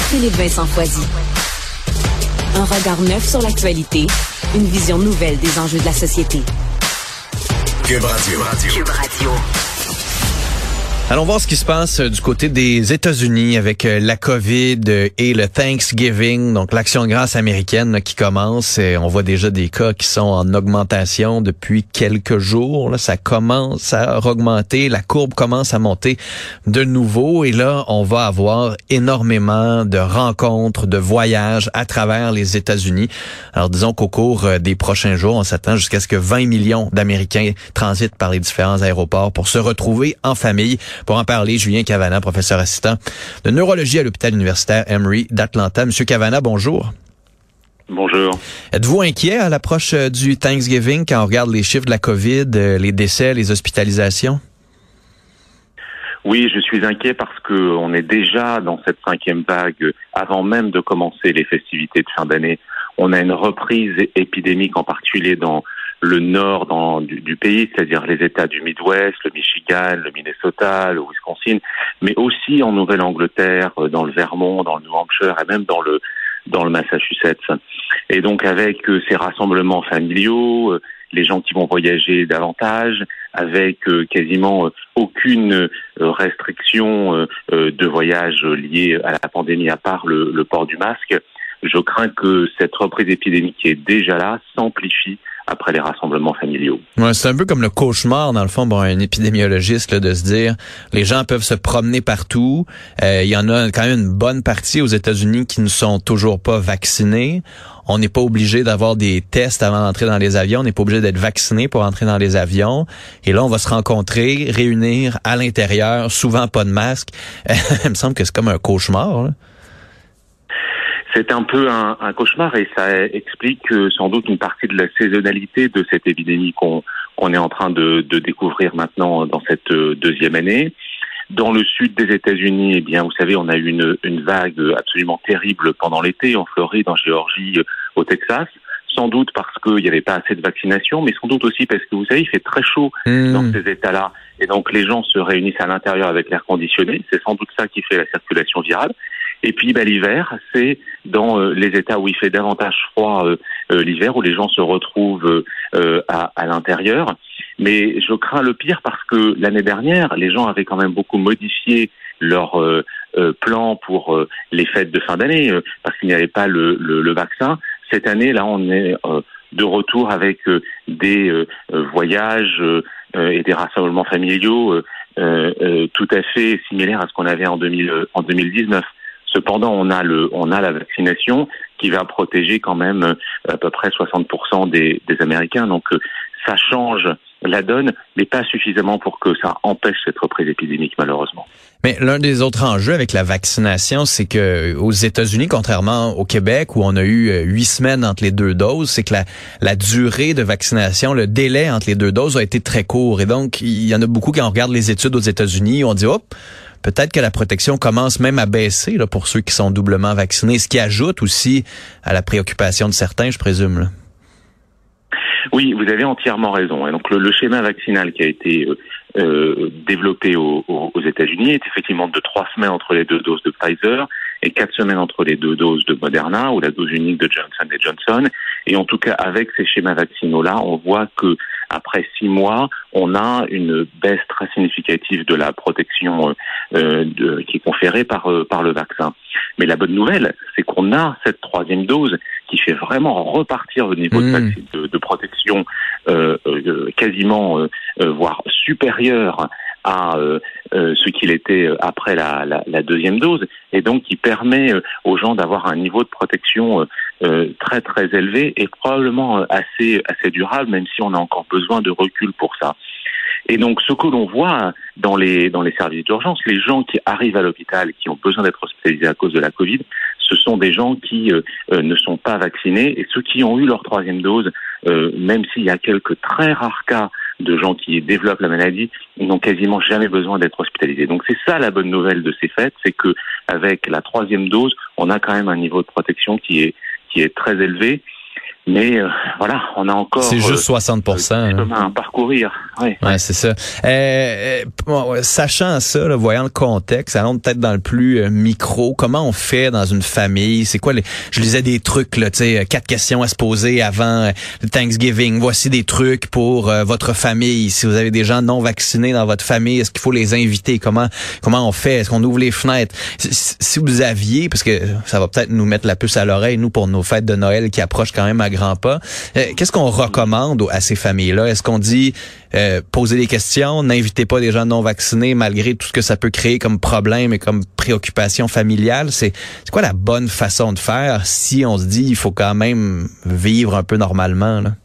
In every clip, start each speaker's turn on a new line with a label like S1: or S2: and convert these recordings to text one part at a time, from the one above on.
S1: Philippe Vincent Foisy. Un regard neuf sur l'actualité, une vision nouvelle des enjeux de la société.
S2: Cube Radio.
S3: Allons voir ce qui se passe du côté des États-Unis avec la COVID et le Thanksgiving, donc l'action de grâce américaine là, qui commence. Et on voit déjà des cas qui sont en augmentation depuis quelques jours. Là, ça commence à augmenter, la courbe commence à monter de nouveau. Et là, on va avoir énormément de rencontres, de voyages à travers les États-Unis. Alors disons qu'au cours des prochains jours, on s'attend jusqu'à ce que 20 millions d'Américains transitent par les différents aéroports pour se retrouver en famille. Pour en parler, Julien Cavanagh, professeur assistant de neurologie à l'hôpital universitaire Emory d'Atlanta. Monsieur Cavanagh, bonjour.
S4: Bonjour.
S3: Êtes-vous inquiet à l'approche du Thanksgiving quand on regarde les chiffres de la COVID, les décès, les hospitalisations?
S4: Oui, je suis inquiet parce que on est déjà dans cette 5e vague avant même de commencer les festivités de fin d'année. On a une reprise épidémique, en particulier dans le nord du pays, c'est-à-dire les États du Midwest, le Michigan, le Minnesota, le Wisconsin, mais aussi en Nouvelle-Angleterre, dans le Vermont, dans le New Hampshire et même dans le Massachusetts. Et donc avec ces rassemblements familiaux, les gens qui vont voyager davantage, avec quasiment aucune restriction de voyage liée à la pandémie à part le port du masque, je crains que cette reprise épidémique qui est déjà là s'amplifie après les rassemblements familiaux.
S3: Ouais, c'est un peu comme le cauchemar, dans le fond, pour un épidémiologiste, là, de se dire, les gens peuvent se promener partout. Il y en a quand même une bonne partie aux États-Unis qui ne sont toujours pas vaccinés. On n'est pas obligé d'avoir des tests avant d'entrer dans les avions. On n'est pas obligé d'être vacciné pour entrer dans les avions. Et là, on va se rencontrer, réunir à l'intérieur, souvent pas de masque. Il me semble que c'est comme un cauchemar, là.
S4: C'est un peu un cauchemar et ça explique sans doute une partie de la saisonnalité de cette épidémie qu'on est en train de découvrir maintenant dans cette deuxième année. Dans le sud des États-Unis, eh bien, vous savez, on a eu une vague absolument terrible pendant l'été en Floride, en Géorgie, au Texas. Sans doute parce qu'il n'y avait pas assez de vaccination, mais sans doute aussi parce que, vous savez, il fait très chaud dans ces États-là. Et donc, les gens se réunissent à l'intérieur avec l'air conditionné. C'est sans doute ça qui fait la circulation virale. Et puis l'hiver, c'est dans les États où il fait davantage froid l'hiver, où les gens se retrouvent à l'intérieur. Mais je crains le pire parce que l'année dernière, les gens avaient quand même beaucoup modifié leur plan pour les fêtes de fin d'année, parce qu'il n'y avait pas le vaccin. Cette année, là, on est de retour avec des voyages et des rassemblements familiaux tout à fait similaires à ce qu'on avait en 2019. Cependant, on a la vaccination qui va protéger quand même à peu près 60% des Américains. Donc, ça change la donne, mais pas suffisamment pour que ça empêche cette reprise épidémique, malheureusement.
S3: Mais l'un des autres enjeux avec la vaccination, c'est que aux États-Unis, contrairement au Québec, où on a eu 8 semaines entre les 2 doses, c'est que la durée de vaccination, le délai entre les 2 doses a été très court. Et donc, il y en a beaucoup qui en regardent les études aux États-Unis, on dit, hop, peut-être que la protection commence même à baisser là, pour ceux qui sont doublement vaccinés, ce qui ajoute aussi à la préoccupation de certains, je présume, là.
S4: Oui, vous avez entièrement raison. Et donc le schéma vaccinal qui a été développé aux États-Unis est effectivement de 3 semaines entre les 2 doses de Pfizer et 4 semaines entre les 2 doses de Moderna ou la dose unique de Johnson & Johnson. Et en tout cas, avec ces schémas vaccinaux-là, on voit que après 6 mois, on a une baisse très significative de la protection qui est conférée par le vaccin. Mais la bonne nouvelle, c'est qu'on a cette 3e dose qui fait vraiment repartir le niveau de protection quasiment, voire supérieur à ce qu'il était après la 2e dose, et donc qui permet aux gens d'avoir un niveau de protection très très élevé et probablement assez durable, même si on a encore besoin de recul pour ça. Et donc, ce que l'on voit dans les services d'urgence, les gens qui arrivent à l'hôpital, qui ont besoin d'être hospitalisés à cause de la Covid, ce sont des gens qui ne sont pas vaccinés, et ceux qui ont eu leur 3e dose, même s'il y a quelques très rares cas de gens qui développent la maladie, ils n'ont quasiment jamais besoin d'être hospitalisés. Donc c'est ça la bonne nouvelle de ces fêtes, c'est que avec la 3e dose, on a quand même un niveau de protection qui est très élevé. Mais voilà, on a encore
S3: c'est juste 60%.
S4: chemin à parcourir.
S3: Ouais, c'est ça. Sachant ça, là, voyant le contexte, allons peut-être dans le plus micro. Comment on fait dans une famille? C'est quoi je lisais des trucs là, tu sais, 4 questions à se poser avant le Thanksgiving. Voici des trucs pour votre famille. Si vous avez des gens non vaccinés dans votre famille, est-ce qu'il faut les inviter? Comment on fait? Est-ce qu'on ouvre les fenêtres? Si vous aviez, parce que ça va peut-être nous mettre la puce à l'oreille, nous, pour nos fêtes de Noël qui approchent quand même à grands pas. Qu'est-ce qu'on recommande à ces familles-là? Est-ce qu'on dit posez des questions, n'invitez pas des gens non vaccinés malgré tout ce que ça peut créer comme problème et comme préoccupation familiale? C'est quoi la bonne façon de faire si on se dit il faut quand même vivre un peu normalement, là?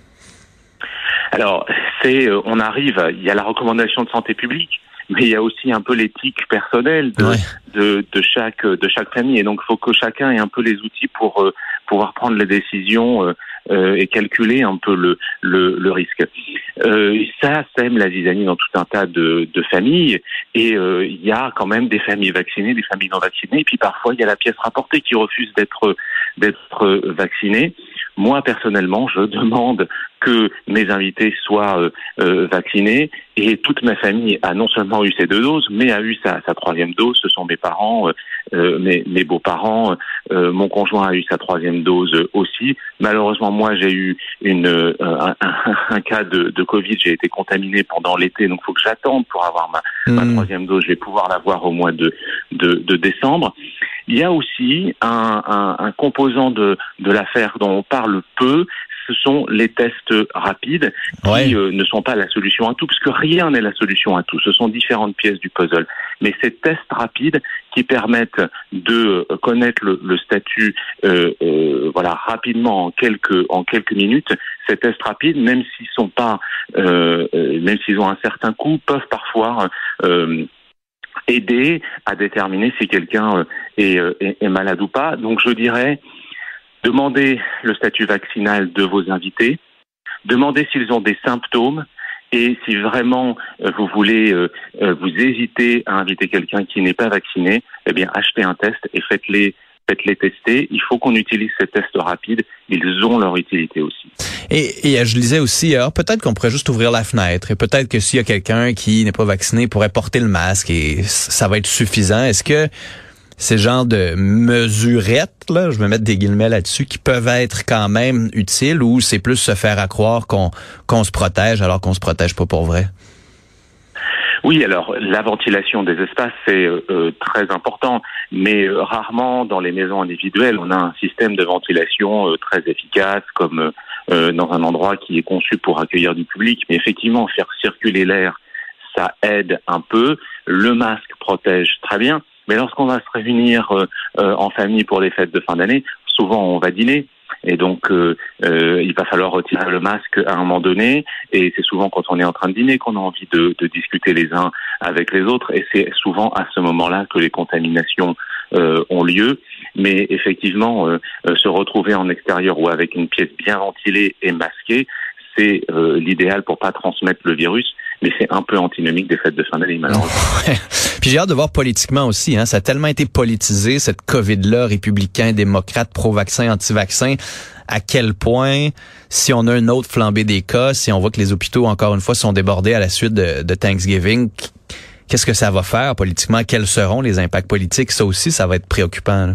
S4: Alors, on arrive, il y a la recommandation de santé publique, mais il y a aussi un peu l'éthique personnelle de chaque famille. Et donc, il faut que chacun ait un peu les outils pour pouvoir prendre les décisions et calculer un peu le risque. Ça sème la zizanie dans tout un tas de familles. Et il y a quand même des familles vaccinées, des familles non vaccinées. Et puis parfois, il y a la pièce rapportée qui refuse d'être vaccinée. Moi, personnellement, je demande que mes invités soient vaccinés, et toute ma famille a non seulement eu ces 2 doses, mais a eu sa 3e dose. Ce sont mes parents, mes beaux-parents, mon conjoint a eu sa 3e dose aussi. Malheureusement, moi, j'ai eu un cas de Covid. J'ai été contaminé pendant l'été, donc il faut que j'attende pour avoir ma 3e dose. Je vais pouvoir l'avoir au mois de décembre. Il y a aussi un composant de l'affaire dont on parle peu, ce sont les tests rapides qui ne sont pas la solution à tout, parce que rien n'est la solution à tout. Ce sont différentes pièces du puzzle. Mais ces tests rapides qui permettent de connaître le statut rapidement en quelques minutes, ces tests rapides, même s'ils sont pas même s'ils ont un certain coût, peuvent parfois aider à déterminer si quelqu'un est malade ou pas. Donc je dirais, demandez le statut vaccinal de vos invités, demandez s'ils ont des symptômes, et si vraiment vous voulez, vous hésitez à inviter quelqu'un qui n'est pas vacciné, eh bien achetez un test et faites-les tester. Il faut qu'on utilise ces tests rapides. Ils ont leur utilité aussi.
S3: Et je lisais aussi, alors peut-être qu'on pourrait juste ouvrir la fenêtre, et peut-être que s'il y a quelqu'un qui n'est pas vacciné pourrait porter le masque et ça va être suffisant. Est-ce que ces genres de mesurettes, là, je vais mettre des guillemets là-dessus, qui peuvent être quand même utiles, ou c'est plus se faire à croire qu'on se protège alors qu'on se protège pas pour vrai?
S4: Oui, alors la ventilation des espaces, c'est très important, mais rarement dans les maisons individuelles, on a un système de ventilation très efficace, comme dans un endroit qui est conçu pour accueillir du public. Mais effectivement, faire circuler l'air, ça aide un peu. Le masque protège très bien, mais lorsqu'on va se réunir en famille pour les fêtes de fin d'année, souvent on va dîner. Et donc, il va falloir retirer le masque à un moment donné. Et c'est souvent quand on est en train de dîner qu'on a envie de discuter les uns avec les autres. Et c'est souvent à ce moment-là que les contaminations ont lieu. Mais effectivement, se retrouver en extérieur ou avec une pièce bien ventilée et masquée, c'est l'idéal pour pas transmettre le virus. Mais c'est un peu antinomique des fêtes de fin d'année, malheureusement.
S3: Ouais. Puis j'ai hâte de voir politiquement aussi, hein. Ça a tellement été politisé, cette COVID-là, républicains, démocrates, pro-vaccin, anti-vaccin, à quel point, si on a une autre flambée des cas, si on voit que les hôpitaux, encore une fois, sont débordés à la suite de Thanksgiving, qu'est-ce que ça va faire politiquement? Quels seront les impacts politiques? Ça aussi, ça va être préoccupant, là.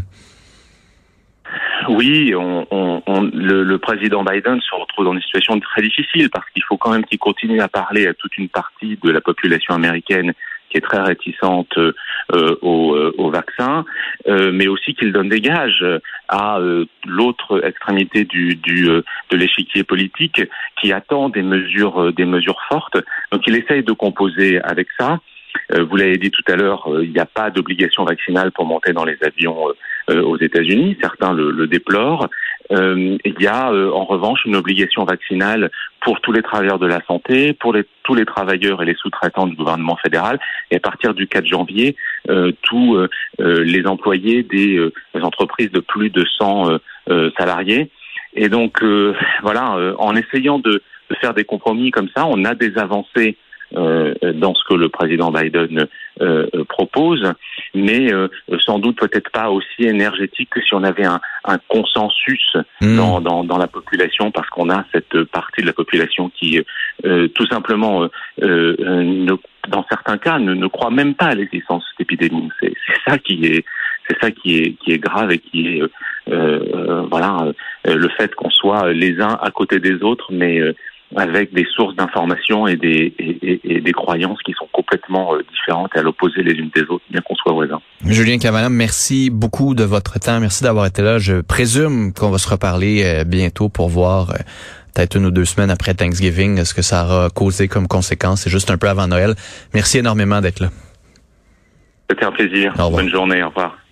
S4: Oui, le président Biden se retrouve dans une situation très difficile parce qu'il faut quand même qu'il continue à parler à toute une partie de la population américaine qui est très réticente au vaccin, mais aussi qu'il donne des gages à l'autre extrémité de l'échiquier politique qui attend des mesures fortes. Donc il essaye de composer avec ça. Vous l'avez dit tout à l'heure, il n'y a pas d'obligation vaccinale pour monter dans les avions aux États-Unis. Certains le déplorent. Il y a en revanche une obligation vaccinale pour tous les travailleurs de la santé, pour tous les travailleurs et les sous-traitants du gouvernement fédéral. Et à partir du 4 janvier, tous les employés des entreprises de plus de 100 salariés. Et donc, en essayant de faire des compromis comme ça, on a des avancées dans ce que le président Biden propose, mais sans doute peut-être pas aussi énergétique que si on avait un consensus dans la population, parce qu'on a cette partie de la population qui tout simplement dans certains cas ne croit même pas à l'existence de cette épidémie. C'est ça qui est grave, et qui est le fait qu'on soit les uns à côté des autres, mais avec des sources d'informations et des croyances qui sont complètement différentes et à l'opposé les unes des autres, bien qu'on soit voisins.
S3: Julien Cavana, merci beaucoup de votre temps. Merci d'avoir été là. Je présume qu'on va se reparler bientôt pour voir peut-être 1 ou 2 semaines après Thanksgiving ce que ça aura causé comme conséquence. C'est juste un peu avant Noël. Merci énormément d'être là.
S4: C'était un plaisir. Bonne journée. Au revoir.